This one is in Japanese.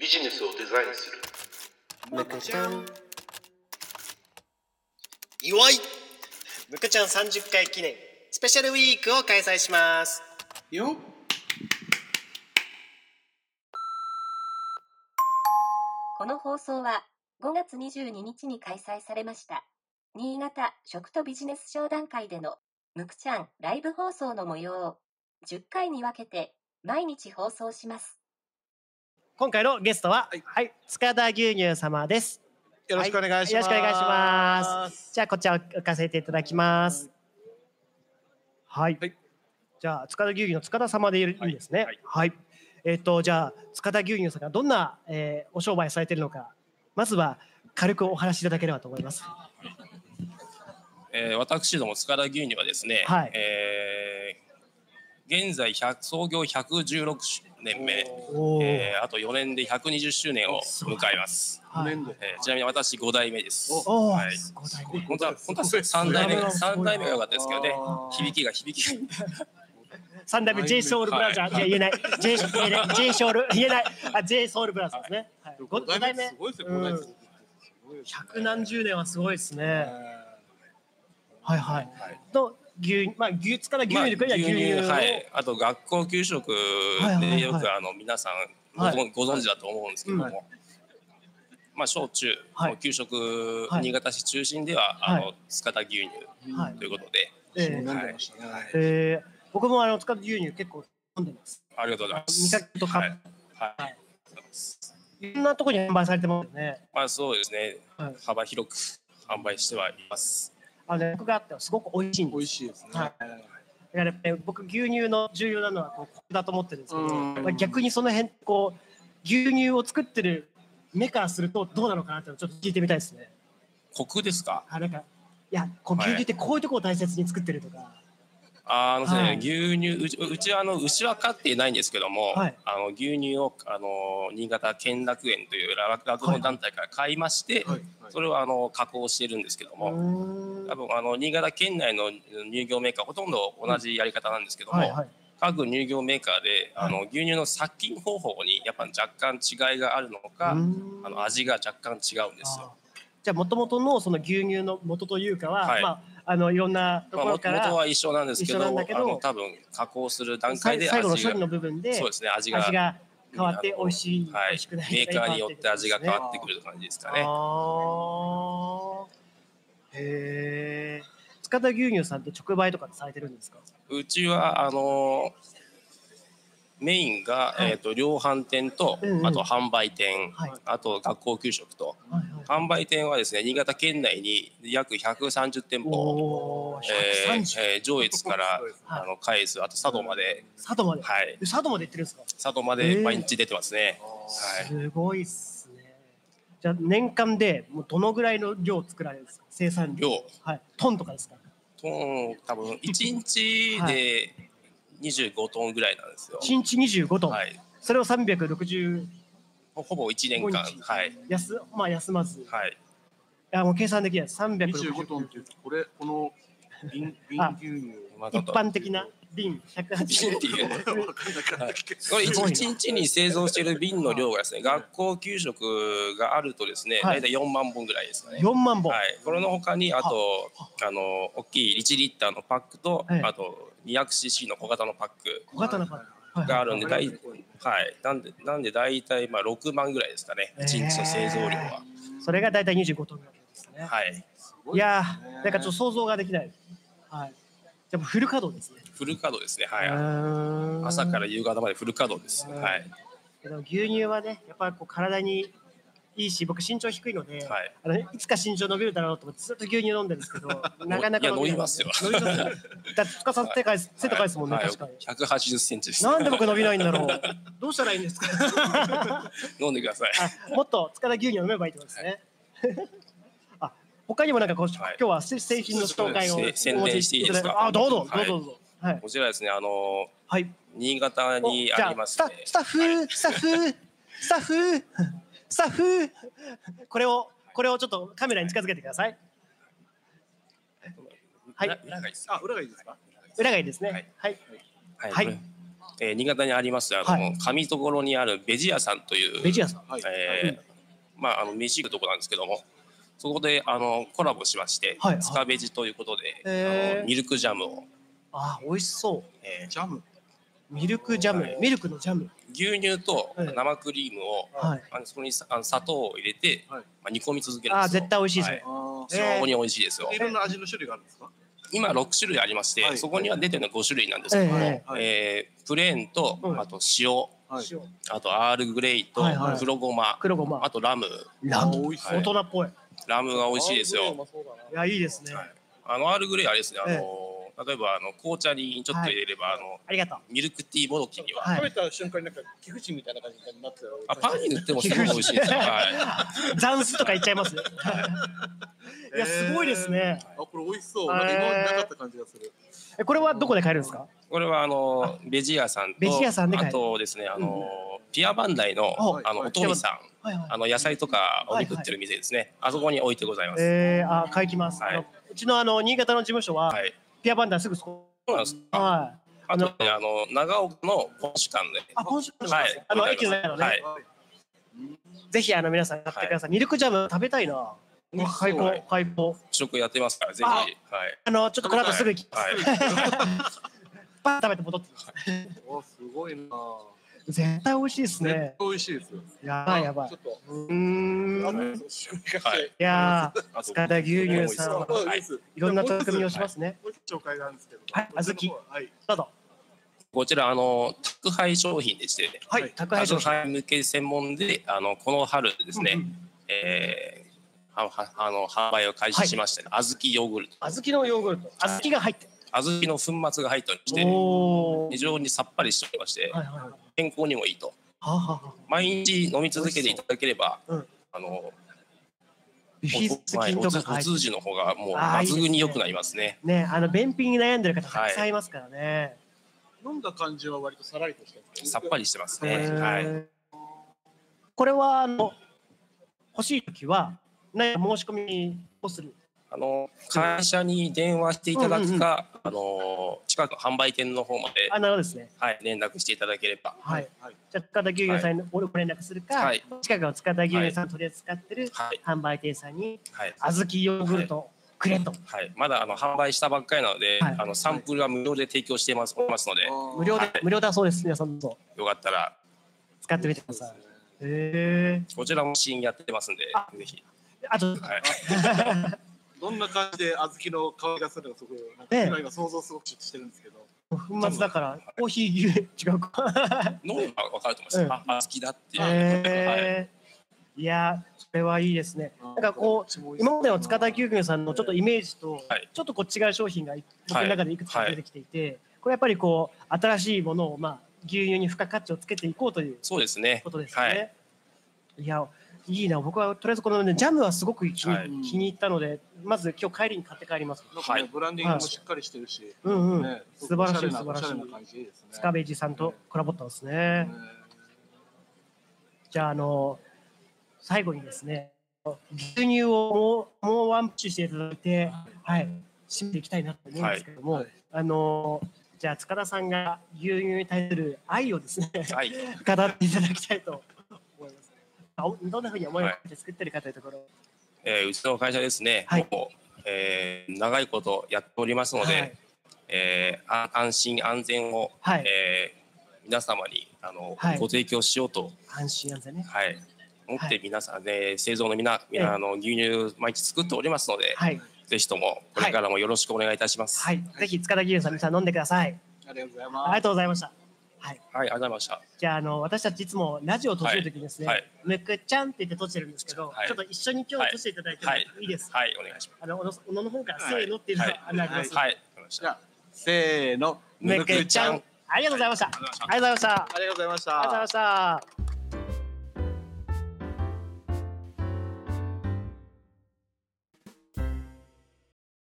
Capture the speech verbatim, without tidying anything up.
ビジネスをデザインするむくちゃん祝いむくちゃんさんじゅっかい記念スペシャルウィークを開催しますよ。 この放送はごがつにじゅうににちに開催されました新潟食とビジネス商談会でのむくちゃんライブ放送の模様をじゅっかいに分けて毎日放送します。 今回のゲストは、はい、はい、塚田牛乳様です。 よろしくお願いします。 はい、よろしくお願いします。じゃあこちらを置かせていただきます。はい。はい、じゃあ塚田牛乳の塚田様でいいんですね。はい。はいはい、えっとじゃあ塚田牛乳さんがどんな、えー、お商売されているのか、まずは軽くお話しいただければと思います。 えー、私ども塚田牛乳はですね、はい、えー、現在創業ひゃくじゅうろくねんめ、えー、あとよねんでひゃくにじゅっしゅうねんを迎えます。はい、えー、ちなみに私ごだいめです。はい、本当は本当はさんだいめがさんだいめが良かったですけどね、響きが響きがいい。 三代目 J ソウルブラザー、はい、いや言えない J 言えない J ソウル言えないあ J ソウルブラザーですね。はい、ごだいめ。すごいですよ。ごだいめ。百何十年はすごいですね。はいはい。と牛まあ牛塚田牛乳でくれば牛乳、 はい。あと学校給食でよくあの皆さんご存知だと思うんですけども、まあ小中の給食新潟市中心ではあの塚田牛乳ということで。 ええ。僕もあの塚田牛乳結構飲んでます。 ありがとうございます。 味覚とか。はい。いろんなところに販売されてますよね。 まあそうですね。幅広く販売してはいます。 あの僕があってすごく美味しいんです。 美味しいですね。はい。 だから、僕牛乳の重要なのはこうコクだと思ってるんですけど、まあ、逆にその辺こう牛乳を作ってる目からするとどうなのかなってちょっと聞いてみたいですね。 コクですか？ あ、なんかいや、こう牛乳ってこういうところを大切に作ってるとか。 ああのですね、はい、牛乳うち、うちはあの牛は飼っていないんですけども、はい、あの牛乳をあの新潟県楽園という酪農団体から買いまして、はい、それをあの加工しているんですけども、多分あの新潟県内の乳業メーカーほとんど同じやり方なんですけども、はいはい、各乳業メーカーであの牛乳の殺菌方法にやっぱ若干違いがあるのか、あの味が若干違うんですよ。 じゃあ元々のその牛乳の元というかは、はい、まああのいろんなところから、 まあ、元は一緒なんですけど、あの多分加工する段階で最後の処理の部分で、 そうですね、味が味が変わって美味しい、 はい、 美味しくない、 メーカーによって味が変わってくる感じですかね。 あへえ。塚田牛乳さんって直売とかされてるんですか？ うちはあのメインが、はい、えーと量販店と、うんうん、あと販売店、はい、あと学校給食と、はいはい、販売店はですね新潟県内に約ひゃくさんじゅってんぽ、えーえー、上越から、はい、あの下越あと佐渡まで佐渡まで、 はい、 佐渡まで行ってるんですか？ 佐渡まで毎日出てますね、 えーはい、すごいっすね。じゃあ年間でもうどのぐらいの量作られるんですか？生産量、はい、トンとかですか？ トン多分いちにちで、はいにじゅうごトンぐらいなんですよ。 いちにちにじゅうごトン。はい。それをさんびゃくろくじゅうほぼいちねんかん、はい。 休まあ休まず。 はい。いやもう計算できない。さんびゃくろくじゅうにじゅうごトンってこれこの瓶瓶牛乳一般的な瓶ひゃくはちじゅうっていう。 これ一日に製造している瓶の量がですね、学校給食があるとですね、大体よんまんぼんぐらいですかね。 よんまんぼん。 はい。これの他にあとあの大きいいちリッターのパックとあとにひゃくシーシー の小型のパック小型のパックがあるんで、だいはいなんでなんで大体まあろくまんぐらいですかね、いちにちの製造量は。 それが大体にじゅうごトンぐらいですね。 はい。 いやーなんかちょっと想像ができない。はい。でもフル稼働ですね。 フル稼働ですね。はい。朝から夕方までフル稼働です。はい。 けど牛乳はねやっぱりこう体にいいし、僕身長低いので、はい、あのいつか身長伸びるだろうと思ってずっと牛乳飲んでるんですけど、なかなか伸びますよ。 伸びますよ。だって塚さん背高い背高いですもんね、確かに。 ひゃくはちじゅっセンチです。 なんで僕伸びないんだろう。どうしたらいいんですか。 飲んでください。 もっと塚田牛乳飲めばいいってことですね。あ、他にもなんかこう今日は製品の紹介を宣伝していいですか。 あ、どうぞどうぞどうぞ。 はい。こちらですね、あの新潟にありますね。 スタッフスタッフスタッフスタッフこれをこれをちょっとカメラに近づけてください。はい。 裏がいいです。 あ、裏がいいですか。 裏がいいですね。はい。 はい。 えー、新潟にありますあの、はい、上所にあるベジ屋さんというベジ屋さん、 えー、まああの飯行くとこなんですけども、そこであのコラボしまして、はいはい、スカベジということで、えー、あのミルクジャムを。 あ、美味しそう。 えー、ジャム。 ミルクジャム、はい、ミルクのジャム。 牛乳と生クリームを、はい、あのそこにあの砂糖を入れて、はい、まあ煮込み続けるんですよ。 あ、絶対美味しいですね。 はい、非常に美味しいですよ。 いろんな味の種類があるんですか？ 今ろく種類ありまして、はい、そこには出てるのはご種類なんですけども、はい、えー、プレーンと、あと塩、はい、あとアールグレイと黒ごま、 黒ごま、 あとラム。 ラム、はい、大人っぽい。 ラムが美味しいですよ。 いや、いいですね。はい、 あのアールグレイあれですね、あの、ええ、例えばあの紅茶にちょっと入れれば、はい、あのありがとうミルクティーもどきには、 はい、食べた瞬間になんか寄付地みたいな感じになってる。 あ、パンに塗ってもすごい美味しいですよ。はい。 残スとか言っちゃいます。いや、すごいですね。 あ、これ美味しそう。なんか今までなかった感じがする。 え、これはどこで買えるんですか？ これはあのベジ屋さんと、 ベジ屋さんで買える。 あとですね、あのピアバンダイのあのおとみさん、あの野菜とかお肉売ってる店ですね。あそこに置いてございます。 ええ、あ、買いきます。うちのあの新潟の事務所はピアバンダイすぐそこ。 そうなんですか。 はい。 あとね、あの長岡の本酒館で。 あ、本酒館。はい。あの駅の中のね。はい。ぜひあの皆さん買ってください。ミルクジャム食べたいな。開放、開放。 食やってますからぜひ。はい。 あのちょっとこの後すぐ行きます。パン食べて戻ってきます。 お、すごいな。 絶対美味しいですね。 美味しいですよ。 やばいやばい。うん。いやー、塚田牛乳さんはいろんな取り組みをしますね。 紹介なんですけど。 はい、小豆。どうぞ。 こちらあの宅配商品でして、 はい、宅配商品向け専門であのこの春ですね、えーああの販売を開始しましたね。小豆ヨーグルト。 小豆のヨーグルト。小豆が入って。 小豆の粉末が入っておりまして、非常にさっぱりしておりまして、健康にもいいと。毎日飲み続けていただければ、あのビフィズ菌とかお通じの方がもう抜群に良くなりますね。 ね、あの便秘に悩んでる方たくさんいますからね。 飲んだ感じは割とさらりとしてさっぱりしてますね。はい。 これはあの欲しい時は何か申し込みをする。 あの会社に電話していただくか、あの近くの販売店の方まで、 あ、なるほどですね。 はい、連絡していただければ。 はい。じゃあ塚田牛乳さんにご連絡するか、近くの塚田牛乳さん取り扱ってる販売店さんに小豆ヨーグルトくれと。 はい。まだあの販売したばっかりなので、あのサンプルは無料で提供してますますので。 無料で無料だそうです。皆さんどうぞ。 よかったら使ってみてください。へえ。 こちらも試飲やってますんで、ぜひ。 あと。 どんな感じで小豆の香りがするのか、そこ今今想像すごくしてるんですけど。 粉末だからコーヒー牛違うか。 飲めば分かると思います。あ、小豆だっていう。 へー。いや、それはいいですね。なんかこう今までの塚田牛乳さんのちょっとイメージとちょっとこう違う商品が僕の中でいくつか出てきていて、これやっぱりこう新しいものをまあ牛乳に付加価値をつけていこうというそうですね。 ことですね。いや。いいな、僕はとりあえずこの、ね、ジャムはすごく気に、はい、気に入ったので、まず今日帰りに買って帰ります。 はい、ブランディングもしっかりしてるし、 うんうん、素晴らしい素晴らしい。スカベージさんとコラボったんですね。じゃああの最後にですね、牛乳をもうもうワンプッシュしていただいて、はい、締めていきたいなと思うんですけども、はい、あのじゃあ塚田さんが牛乳に対する愛をですね、はい、語っていただきたいと。どんなふうに思いを込めて作ってるかというところ、 えー、うちの会社ですね、はい、もう、えー、長いことやっておりますので、はい、えー、安心安全を、はい、えー、皆様にあの、はい、ご提供しようと安心安全ね、 はい、思って皆さんで、ね、製造の皆皆あの牛乳毎日作っておりますので、はい、ぜひともこれからもよろしくお願いいたします。 はい、はい、ぜひ塚田牛乳さん皆さん飲んでください。 ありがとうございます。 ありがとうございました。はい、 はい、ありがとうございました。 じゃあ、あの、私たちいつもラジオを閉じるときにですね、はい、むくちゃんって言って閉じてるんですけど、はい、ちょっと一緒に今日閉じていただいてもいいですか。 はい、はい、お願いします。 あの、小野の方からせーのっていうのをあります。 はい、 じゃあ、せーの、 むくちゃん。ありがとうございました。ありがとうございました。 ありがとうございました。 ありがとうございました。